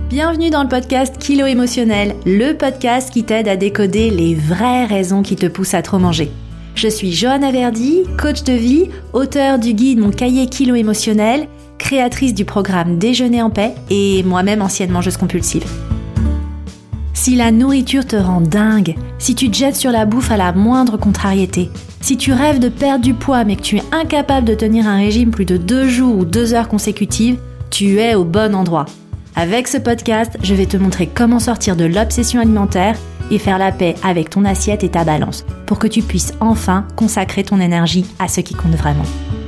Bienvenue dans le podcast Kilo Émotionnel, le podcast qui t'aide à décoder les vraies raisons qui te poussent à trop manger. Je suis Johanna Verdi, coach de vie, auteure du guide Mon cahier Kilo Émotionnel, créatrice du programme Déjeuner en paix et moi-même ancienne mangeuse compulsive. Si la nourriture te rend dingue, si tu te jettes sur la bouffe à la moindre contrariété, si tu rêves de perdre du poids mais que tu es incapable de tenir un régime plus de 2 jours ou 2 heures consécutives, tu es au bon endroit. Avec ce podcast, je vais te montrer comment sortir de l'obsession alimentaire et faire la paix avec ton assiette et ta balance pour que tu puisses enfin consacrer ton énergie à ce qui compte vraiment.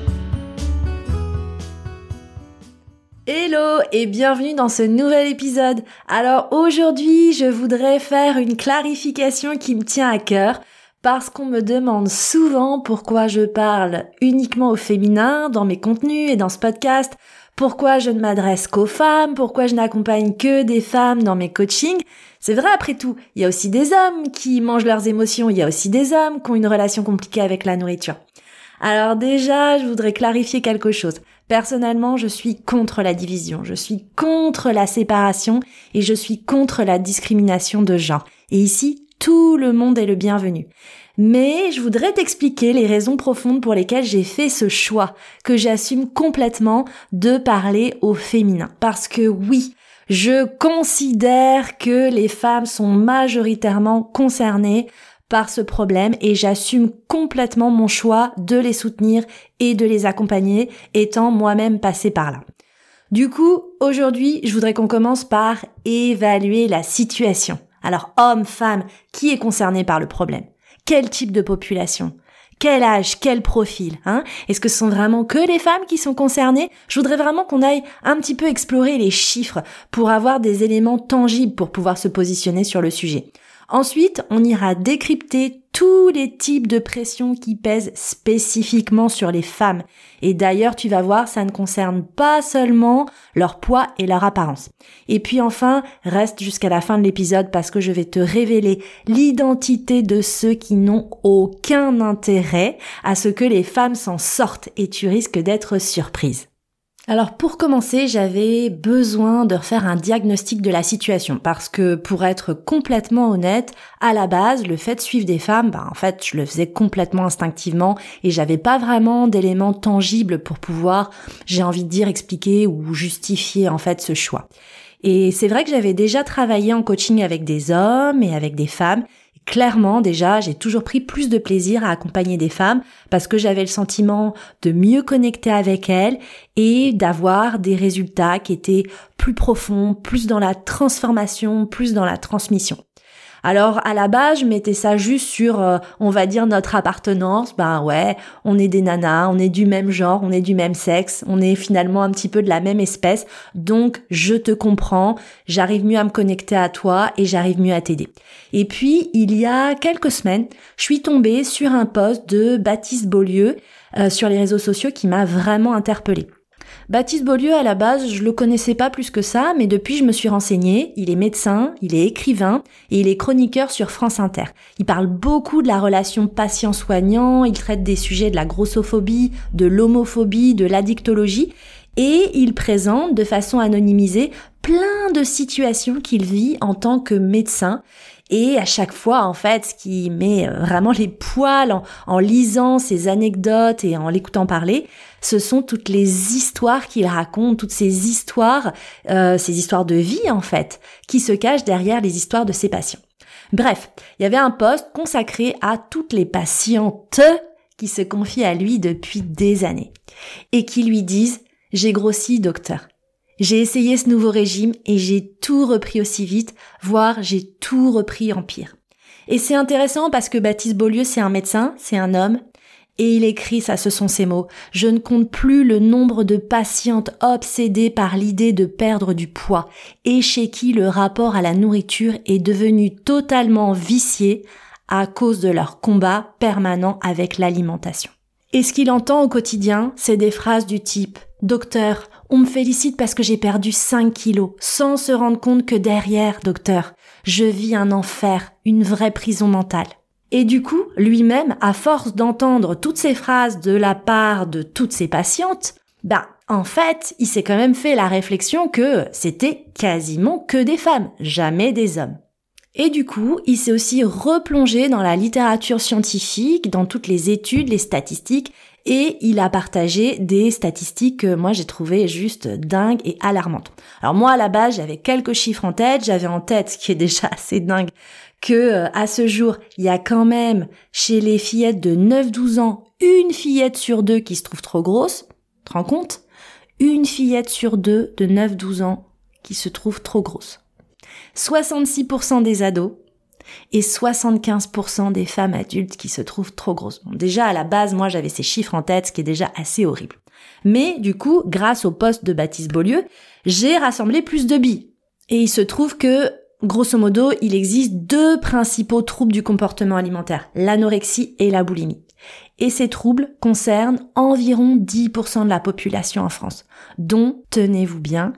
Hello et bienvenue dans ce nouvel épisode. Alors aujourd'hui, je voudrais faire une clarification qui me tient à cœur parce qu'on me demande souvent pourquoi je parle uniquement au féminin dans mes contenus et dans ce podcast. Pourquoi je ne m'adresse qu'aux femmes? Pourquoi je n'accompagne que des femmes dans mes coachings? C'est vrai après tout, il y a aussi des hommes qui mangent leurs émotions, il y a aussi des hommes qui ont une relation compliquée avec la nourriture. Alors déjà, je voudrais clarifier quelque chose. Personnellement, je suis contre la division, je suis contre la séparation et je suis contre la discrimination de genre. Et ici, tout le monde est le bienvenu. Mais je voudrais t'expliquer les raisons profondes pour lesquelles j'ai fait ce choix, que j'assume complètement de parler au féminin. Parce que oui, je considère que les femmes sont majoritairement concernées par ce problème et j'assume complètement mon choix de les soutenir et de les accompagner, étant moi-même passée par là. Du coup, aujourd'hui, je voudrais qu'on commence par évaluer la situation. Alors, homme, femme, qui est concerné par le problème ? Quel type de population ? Quel âge ? Quel profil ? Est-ce que ce sont vraiment que les femmes qui sont concernées ? Je voudrais vraiment qu'on aille un petit peu explorer les chiffres pour avoir des éléments tangibles pour pouvoir se positionner sur le sujet. Ensuite, on ira décrypter tous les types de pression qui pèsent spécifiquement sur les femmes. Et d'ailleurs, tu vas voir, ça ne concerne pas seulement leur poids et leur apparence. Et puis enfin, reste jusqu'à la fin de l'épisode parce que je vais te révéler l'identité de ceux qui n'ont aucun intérêt à ce que les femmes s'en sortent et tu risques d'être surprise. Alors pour commencer, j'avais besoin de refaire un diagnostic de la situation parce que pour être complètement honnête, à la base, le fait de suivre des femmes, en fait, je le faisais complètement instinctivement et j'avais pas vraiment d'éléments tangibles pour pouvoir, j'ai envie de dire, expliquer ou justifier en fait ce choix. Et c'est vrai que j'avais déjà travaillé en coaching avec des hommes et avec des femmes. Clairement, déjà, j'ai toujours pris plus de plaisir à accompagner des femmes parce que j'avais le sentiment de mieux connecter avec elles et d'avoir des résultats qui étaient plus profonds, plus dans la transformation, plus dans la transmission. Alors, à la base, je mettais ça juste sur, on va dire, notre appartenance. Ouais, on est des nanas, on est du même genre, on est du même sexe, on est finalement un petit peu de la même espèce. Donc, je te comprends, j'arrive mieux à me connecter à toi et j'arrive mieux à t'aider. Et puis, il y a quelques semaines, je suis tombée sur un post de Baptiste Beaulieu sur les réseaux sociaux qui m'a vraiment interpellée. Baptiste Beaulieu, à la base, je le connaissais pas plus que ça, mais depuis je me suis renseignée. Il est médecin, il est écrivain et il est chroniqueur sur France Inter. Il parle beaucoup de la relation patient-soignant, il traite des sujets de la grossophobie, de l'homophobie, de l'addictologie et il présente de façon anonymisée plein de situations qu'il vit en tant que médecin. Et à chaque fois, en fait, ce qui met vraiment les poils en lisant ces anecdotes et en l'écoutant parler, ce sont toutes les histoires qu'il raconte, toutes ces histoires de vie, en fait, qui se cachent derrière les histoires de ses patients. Bref, il y avait un post consacré à toutes les patientes qui se confient à lui depuis des années et qui lui disent « J'ai grossi, docteur ». J'ai essayé ce nouveau régime et j'ai tout repris aussi vite, voire j'ai tout repris en pire. Et c'est intéressant parce que Baptiste Beaulieu, c'est un médecin, c'est un homme, et il écrit, ça ce sont ses mots, « Je ne compte plus le nombre de patientes obsédées par l'idée de perdre du poids et chez qui le rapport à la nourriture est devenu totalement vicié à cause de leur combat permanent avec l'alimentation. » Et ce qu'il entend au quotidien, c'est des phrases du type « Docteur, on me félicite parce que j'ai perdu 5 kilos, sans se rendre compte que derrière, docteur, je vis un enfer, une vraie prison mentale. » Et du coup, lui-même, à force d'entendre toutes ces phrases de la part de toutes ses patientes, En fait, il s'est quand même fait la réflexion que c'était quasiment que des femmes, jamais des hommes. Et du coup, il s'est aussi replongé dans la littérature scientifique, dans toutes les études, les statistiques, et il a partagé des statistiques que moi j'ai trouvées juste dingues et alarmantes. Alors moi à la base j'avais quelques chiffres en tête, j'avais en tête, ce qui est déjà assez dingue, que à ce jour il y a quand même chez les fillettes de 9-12 ans, une fillette sur deux qui se trouve trop grosse, tu te rends compte ? Une fillette sur deux de 9-12 ans qui se trouve trop grosse. 66% des ados et 75% des femmes adultes qui se trouvent trop grosses. Bon, déjà, à la base, moi, j'avais ces chiffres en tête, ce qui est déjà assez horrible. Mais du coup, grâce au post de Baptiste Beaulieu, j'ai rassemblé plus de billes. Et il se trouve que, grosso modo, il existe 2 principaux troubles du comportement alimentaire, l'anorexie et la boulimie. Et ces troubles concernent environ 10% de la population en France, dont, tenez-vous bien,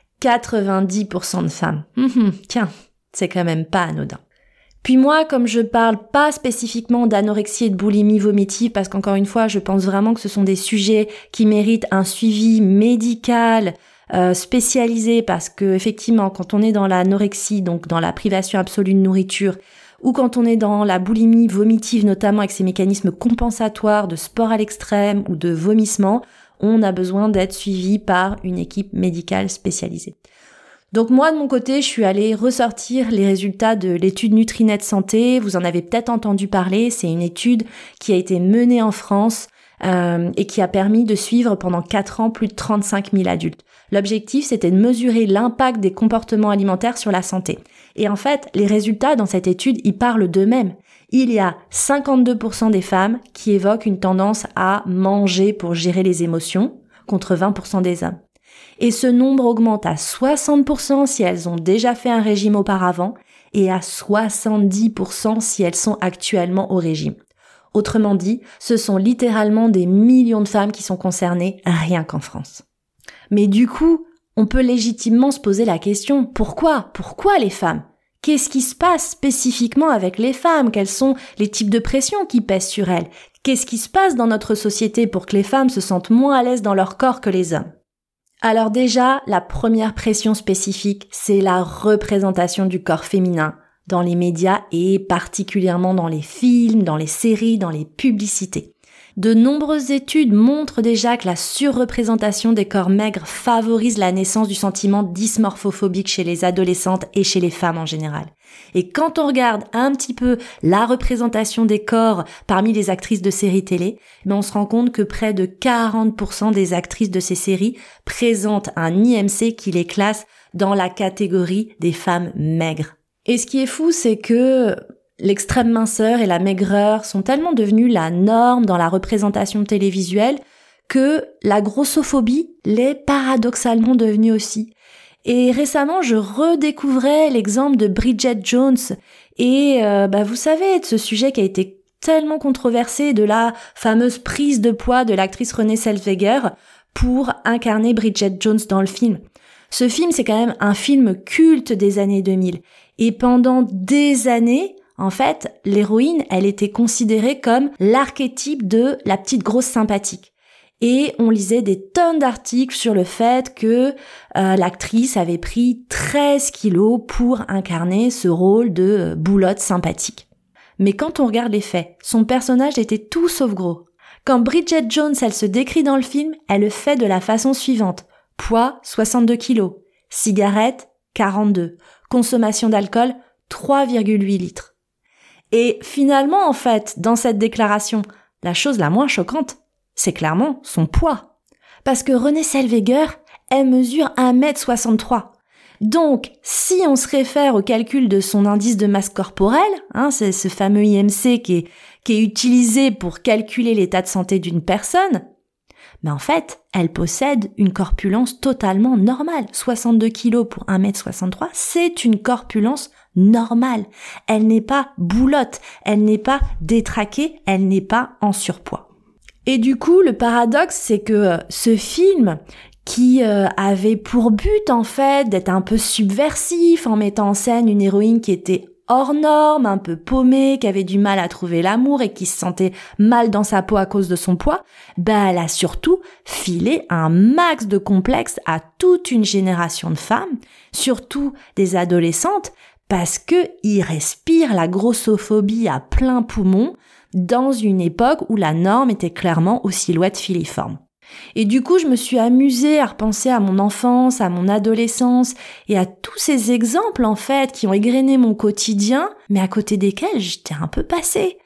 90% de femmes. Tiens, c'est quand même pas anodin. Puis moi, comme je parle pas spécifiquement d'anorexie et de boulimie vomitive, parce qu'encore une fois, je pense vraiment que ce sont des sujets qui méritent un suivi médical spécialisé, parce que effectivement, quand on est dans l'anorexie, donc dans la privation absolue de nourriture, ou quand on est dans la boulimie vomitive, notamment avec ses mécanismes compensatoires de sport à l'extrême ou de vomissement, on a besoin d'être suivi par une équipe médicale spécialisée. Donc moi, de mon côté, je suis allée ressortir les résultats de l'étude Nutrinet Santé. Vous en avez peut-être entendu parler. C'est une étude qui a été menée en France et qui a permis de suivre pendant 4 ans plus de 35 000 adultes. L'objectif, c'était de mesurer l'impact des comportements alimentaires sur la santé. Et en fait, les résultats dans cette étude, ils parlent d'eux-mêmes. Il y a 52% des femmes qui évoquent une tendance à manger pour gérer les émotions, contre 20% des hommes. Et ce nombre augmente à 60% si elles ont déjà fait un régime auparavant et à 70% si elles sont actuellement au régime. Autrement dit, ce sont littéralement des millions de femmes qui sont concernées rien qu'en France. Mais du coup, on peut légitimement se poser la question, pourquoi les femmes ? Qu'est-ce qui se passe spécifiquement avec les femmes ? Quels sont les types de pression qui pèsent sur elles ? Qu'est-ce qui se passe dans notre société pour que les femmes se sentent moins à l'aise dans leur corps que les hommes ? Alors déjà, la première pression spécifique, c'est la représentation du corps féminin dans les médias et particulièrement dans les films, dans les séries, dans les publicités. De nombreuses études montrent déjà que la surreprésentation des corps maigres favorise la naissance du sentiment dysmorphophobique chez les adolescentes et chez les femmes en général. Et quand on regarde un petit peu la représentation des corps parmi les actrices de séries télé, on se rend compte que près de 40% des actrices de ces séries présentent un IMC qui les classe dans la catégorie des femmes maigres. Et ce qui est fou, c'est que l'extrême minceur et la maigreur sont tellement devenus la norme dans la représentation télévisuelle que la grossophobie l'est paradoxalement devenue aussi. Et récemment, je redécouvrais l'exemple de Bridget Jones et vous savez, de ce sujet qui a été tellement controversé, de la fameuse prise de poids de l'actrice Renée Zellweger pour incarner Bridget Jones dans le film. Ce film, c'est quand même un film culte des années 2000. Et pendant des années, en fait, l'héroïne, elle était considérée comme l'archétype de la petite grosse sympathique. Et on lisait des tonnes d'articles sur le fait que l'actrice avait pris 13 kilos pour incarner ce rôle de boulotte sympathique. Mais quand on regarde les faits, son personnage était tout sauf gros. Quand Bridget Jones, elle se décrit dans le film, elle le fait de la façon suivante. Poids, 62 kilos. Cigarette, 42. Consommation d'alcool, 3,8 litres. Et finalement, en fait, dans cette déclaration, la chose la moins choquante, c'est clairement son poids. Parce que Renée Zellweger, elle mesure 1m63. Donc, si on se réfère au calcul de son indice de masse corporelle, c'est ce fameux IMC qui est utilisé pour calculer l'état de santé d'une personne, mais en fait, elle possède une corpulence totalement normale. 62 kilos pour 1m63, c'est une corpulence normale. Elle n'est pas boulotte, elle n'est pas détraquée, elle n'est pas en surpoids. Et du coup, le paradoxe, c'est que ce film, qui avait pour but en fait d'être un peu subversif en mettant en scène une héroïne qui était hors norme, un peu paumée, qui avait du mal à trouver l'amour et qui se sentait mal dans sa peau à cause de son poids, elle a surtout filé un max de complexes à toute une génération de femmes, surtout des adolescentes, parce que ils respirent la grossophobie à plein poumon dans une époque où la norme était clairement aux silhouettes filiformes. Et du coup, je me suis amusée à repenser à mon enfance, à mon adolescence et à tous ces exemples, en fait, qui ont égrené mon quotidien, mais à côté desquels j'étais un peu passée.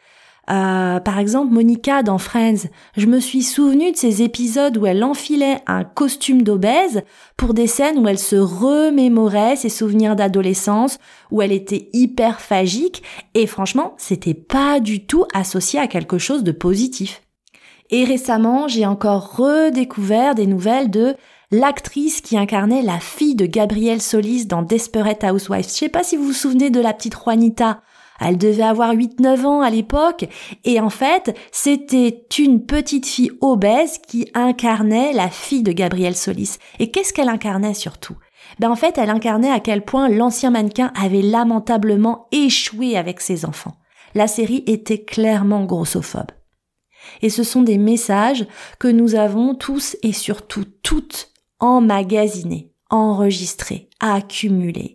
Par exemple, Monica dans Friends, je me suis souvenue de ces épisodes où elle enfilait un costume d'obèse pour des scènes où elle se remémorait ses souvenirs d'adolescence, où elle était hyper phagique, et franchement, c'était pas du tout associé à quelque chose de positif. Et récemment, j'ai encore redécouvert des nouvelles de l'actrice qui incarnait la fille de Gabrielle Solis dans Desperate Housewives. Je sais pas si vous vous souvenez de la petite Juanita. Elle devait avoir 8-9 ans à l'époque, et en fait, c'était une petite fille obèse qui incarnait la fille de Gabrielle Solis. Et qu'est-ce qu'elle incarnait surtout ? En fait, elle incarnait à quel point l'ancien mannequin avait lamentablement échoué avec ses enfants. La série était clairement grossophobe. Et ce sont des messages que nous avons tous et surtout toutes emmagasinés, enregistrés, accumulés,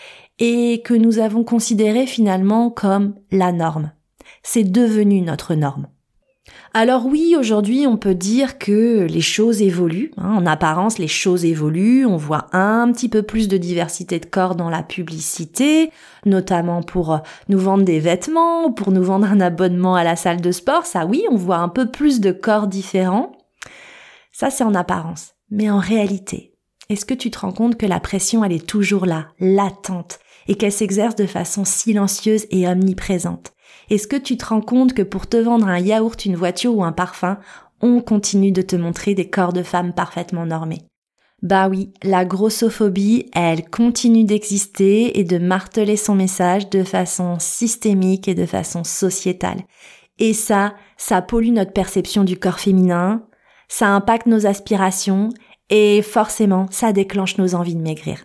et que nous avons considérés finalement comme la norme. C'est devenu notre norme. Alors oui, aujourd'hui, on peut dire que les choses évoluent. En apparence, les choses évoluent. On voit un petit peu plus de diversité de corps dans la publicité, notamment pour nous vendre des vêtements ou pour nous vendre un abonnement à la salle de sport. Ça, oui, on voit un peu plus de corps différents. Ça, c'est en apparence. Mais en réalité, est-ce que tu te rends compte que la pression, elle est toujours là, latente, et qu'elle s'exerce de façon silencieuse et omniprésente? Est-ce que tu te rends compte que pour te vendre un yaourt, une voiture ou un parfum, on continue de te montrer des corps de femmes parfaitement normés? Oui, la grossophobie, elle continue d'exister et de marteler son message de façon systémique et de façon sociétale. Et ça pollue notre perception du corps féminin, ça impacte nos aspirations et forcément, ça déclenche nos envies de maigrir.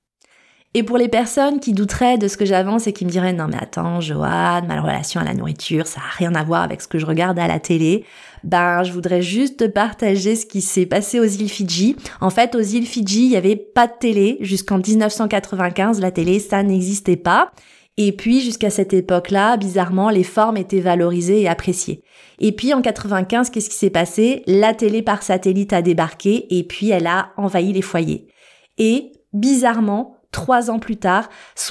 Et pour les personnes qui douteraient de ce que j'avance et qui me diraient « Non mais attends, Joanne, ma relation à la nourriture, ça n'a rien à voir avec ce que je regarde à la télé », je voudrais juste te partager ce qui s'est passé aux îles Fidji. En fait, aux îles Fidji, il n'y avait pas de télé. Jusqu'en 1995, la télé, ça n'existait pas. Et puis, jusqu'à cette époque-là, bizarrement, les formes étaient valorisées et appréciées. Et puis, en 95, qu'est-ce qui s'est passé ? La télé par satellite a débarqué et puis elle a envahi les foyers. Et, bizarrement, 3 ans plus tard,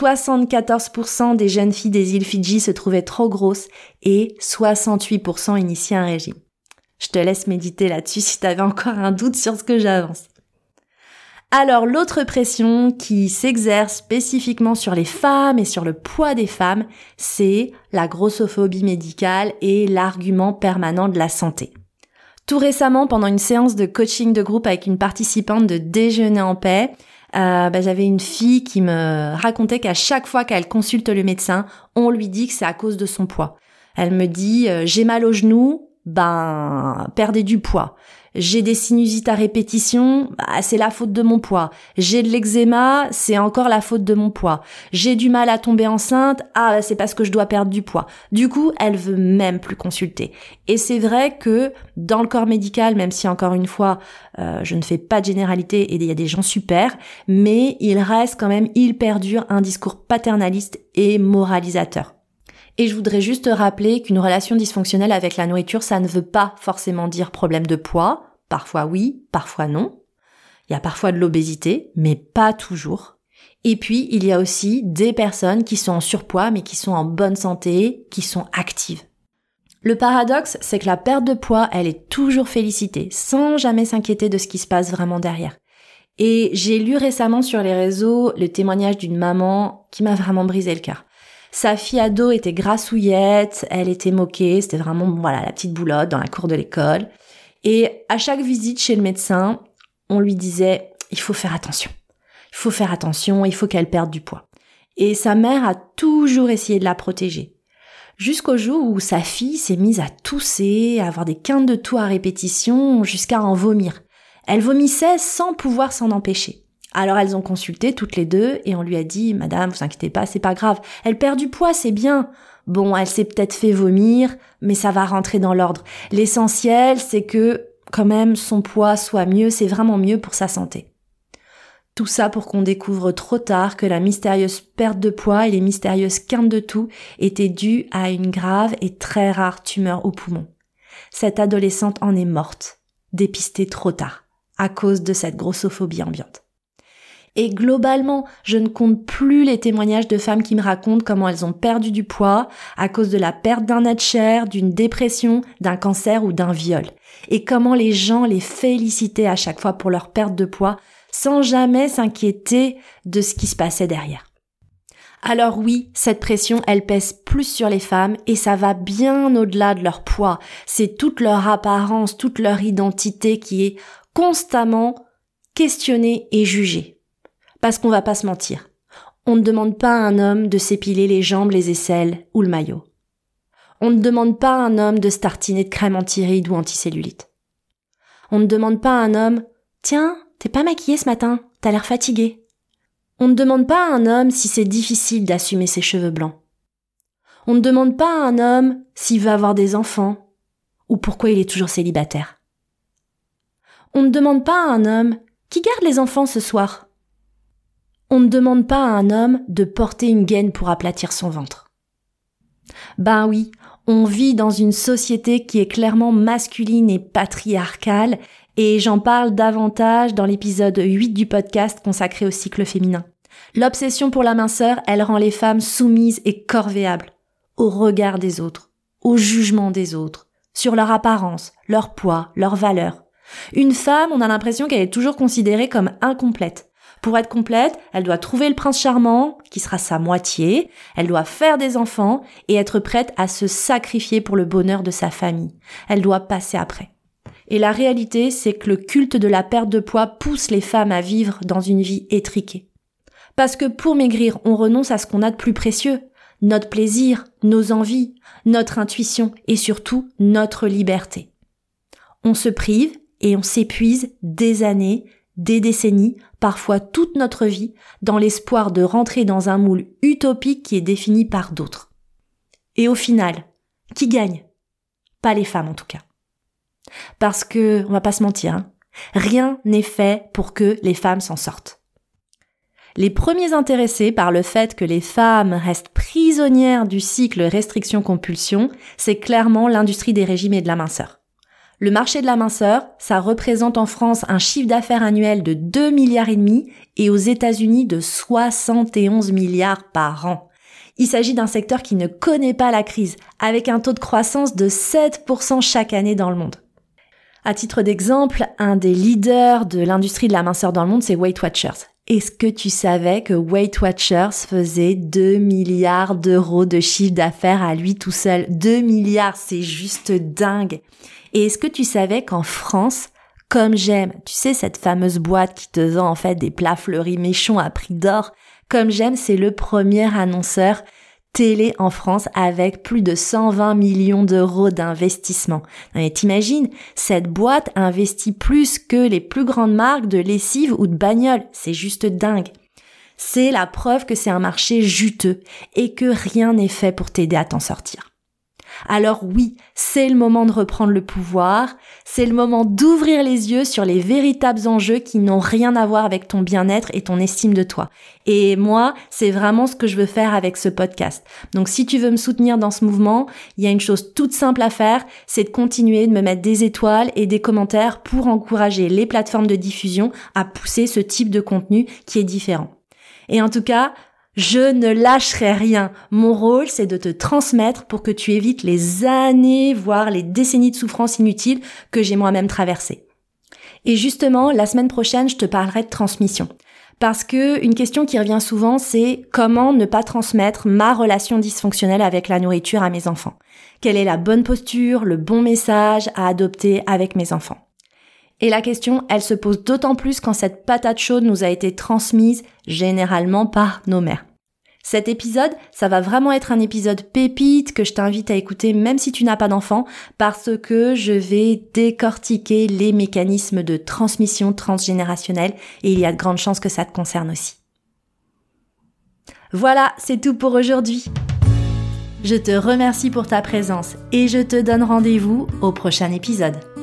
74% des jeunes filles des îles Fidji se trouvaient trop grosses et 68% initiaient un régime. Je te laisse méditer là-dessus si tu avais encore un doute sur ce que j'avance. Alors, l'autre pression qui s'exerce spécifiquement sur les femmes et sur le poids des femmes, c'est la grossophobie médicale et l'argument permanent de la santé. Tout récemment, pendant une séance de coaching de groupe avec une participante de Déjeuner en paix, j'avais une fille qui me racontait qu'à chaque fois qu'elle consulte le médecin, on lui dit que c'est à cause de son poids. Elle me dit j'ai mal au genou, perdez du poids. J'ai des sinusites à répétition, c'est la faute de mon poids. J'ai de l'eczéma, c'est encore la faute de mon poids. J'ai du mal à tomber enceinte, c'est parce que je dois perdre du poids. Du coup, elle veut même plus consulter. Et c'est vrai que dans le corps médical, même si encore une fois, je ne fais pas de généralité et il y a des gens super, mais il perdure un discours paternaliste et moralisateur. Et je voudrais juste rappeler qu'une relation dysfonctionnelle avec la nourriture, ça ne veut pas forcément dire problème de poids. Parfois oui, parfois non. Il y a parfois de l'obésité, mais pas toujours. Et puis, il y a aussi des personnes qui sont en surpoids, mais qui sont en bonne santé, qui sont actives. Le paradoxe, c'est que la perte de poids, elle est toujours félicitée, sans jamais s'inquiéter de ce qui se passe vraiment derrière. Et j'ai lu récemment sur les réseaux le témoignage d'une maman qui m'a vraiment brisé le cœur. Sa fille ado était grassouillette, elle était moquée, c'était vraiment la petite boulotte dans la cour de l'école. Et à chaque visite chez le médecin, on lui disait « il faut faire attention, il faut qu'elle perde du poids ». Et sa mère a toujours essayé de la protéger. Jusqu'au jour où sa fille s'est mise à tousser, à avoir des quintes de toux à répétition, jusqu'à en vomir. Elle vomissait sans pouvoir s'en empêcher. Alors elles ont consulté toutes les deux et on lui a dit « Madame, vous inquiétez pas, c'est pas grave. Elle perd du poids, c'est bien. Bon, elle s'est peut-être fait vomir, mais ça va rentrer dans l'ordre. L'essentiel, c'est que quand même son poids soit mieux, c'est vraiment mieux pour sa santé. » Tout ça pour qu'on découvre trop tard que la mystérieuse perte de poids et les mystérieuses quintes de toux étaient dues à une grave et très rare tumeur au poumon. Cette adolescente en est morte, dépistée trop tard, à cause de cette grossophobie ambiante. Et globalement, je ne compte plus les témoignages de femmes qui me racontent comment elles ont perdu du poids à cause de la perte d'un être cher, d'une dépression, d'un cancer ou d'un viol. Et comment les gens les félicitaient à chaque fois pour leur perte de poids sans jamais s'inquiéter de ce qui se passait derrière. Alors oui, cette pression, elle pèse plus sur les femmes et ça va bien au-delà de leur poids. C'est toute leur apparence, toute leur identité qui est constamment questionnée et jugée. Parce qu'on va pas se mentir. On ne demande pas à un homme de s'épiler les jambes, les aisselles ou le maillot. On ne demande pas à un homme de se tartiner de crème anti-rides ou anticellulite. On ne demande pas à un homme « Tiens, t'es pas maquillée ce matin, t'as l'air fatiguée ». On ne demande pas à un homme si c'est difficile d'assumer ses cheveux blancs. On ne demande pas à un homme s'il veut avoir des enfants ou pourquoi il est toujours célibataire. On ne demande pas à un homme qui garde les enfants ce soir. On ne demande pas à un homme de porter une gaine pour aplatir son ventre. Ben oui, on vit dans une société qui est clairement masculine et patriarcale, et j'en parle davantage dans l'épisode 8 du podcast consacré au cycle féminin. L'obsession pour la minceur, elle rend les femmes soumises et corvéables au regard des autres, au jugement des autres, sur leur apparence, leur poids, leur valeur. Une femme, on a l'impression qu'elle est toujours considérée comme incomplète. Pour être complète, elle doit trouver le prince charmant, qui sera sa moitié, elle doit faire des enfants et être prête à se sacrifier pour le bonheur de sa famille. Elle doit passer après. Et la réalité, c'est que le culte de la perte de poids pousse les femmes à vivre dans une vie étriquée. Parce que pour maigrir, on renonce à ce qu'on a de plus précieux, notre plaisir, nos envies, notre intuition et surtout notre liberté. On se prive et on s'épuise des années, des décennies, parfois toute notre vie, dans l'espoir de rentrer dans un moule utopique qui est défini par d'autres. Et au final, qui gagne ? Pas les femmes en tout cas. Parce que, on va pas se mentir, rien n'est fait pour que les femmes s'en sortent. Les premiers intéressés par le fait que les femmes restent prisonnières du cycle restriction-compulsion, c'est clairement l'industrie des régimes et de la minceur. Le marché de la minceur, ça représente en France un chiffre d'affaires annuel de 2,5 milliards et aux États-Unis de 71 milliards par an. Il s'agit d'un secteur qui ne connaît pas la crise, avec un taux de croissance de 7% chaque année dans le monde. À titre d'exemple, un des leaders de l'industrie de la minceur dans le monde, c'est Weight Watchers. Est-ce que tu savais que Weight Watchers faisait 2 milliards d'euros de chiffre d'affaires à lui tout seul ? 2 milliards, c'est juste dingue. Et est-ce que tu savais qu'en France, Comme J'aime, tu sais cette fameuse boîte qui te vend en fait des plats fleuris méchants à prix d'or, Comme J'aime, c'est le premier annonceur télé en France avec plus de 120 millions d'euros d'investissement. Mais t'imagines, cette boîte investit plus que les plus grandes marques de lessive ou de bagnole. C'est juste dingue. C'est la preuve que c'est un marché juteux et que rien n'est fait pour t'aider à t'en sortir. Alors oui, c'est le moment de reprendre le pouvoir, c'est le moment d'ouvrir les yeux sur les véritables enjeux qui n'ont rien à voir avec ton bien-être et ton estime de toi. Et moi, c'est vraiment ce que je veux faire avec ce podcast. Donc si tu veux me soutenir dans ce mouvement, il y a une chose toute simple à faire, c'est de continuer de me mettre des étoiles et des commentaires pour encourager les plateformes de diffusion à pousser ce type de contenu qui est différent. Et en tout cas, je ne lâcherai rien. Mon rôle, c'est de te transmettre pour que tu évites les années, voire les décennies de souffrance inutiles que j'ai moi-même traversées. Et justement, la semaine prochaine, je te parlerai de transmission. Parce que une question qui revient souvent, c'est comment ne pas transmettre ma relation dysfonctionnelle avec la nourriture à mes enfants. Quelle est la bonne posture, le bon message à adopter avec mes enfants? Et la question, elle se pose d'autant plus quand cette patate chaude nous a été transmise généralement par nos mères. Cet épisode, ça va vraiment être un épisode pépite que je t'invite à écouter même si tu n'as pas d'enfant, parce que je vais décortiquer les mécanismes de transmission transgénérationnelle et il y a de grandes chances que ça te concerne aussi. Voilà, c'est tout pour aujourd'hui. Je te remercie pour ta présence et je te donne rendez-vous au prochain épisode.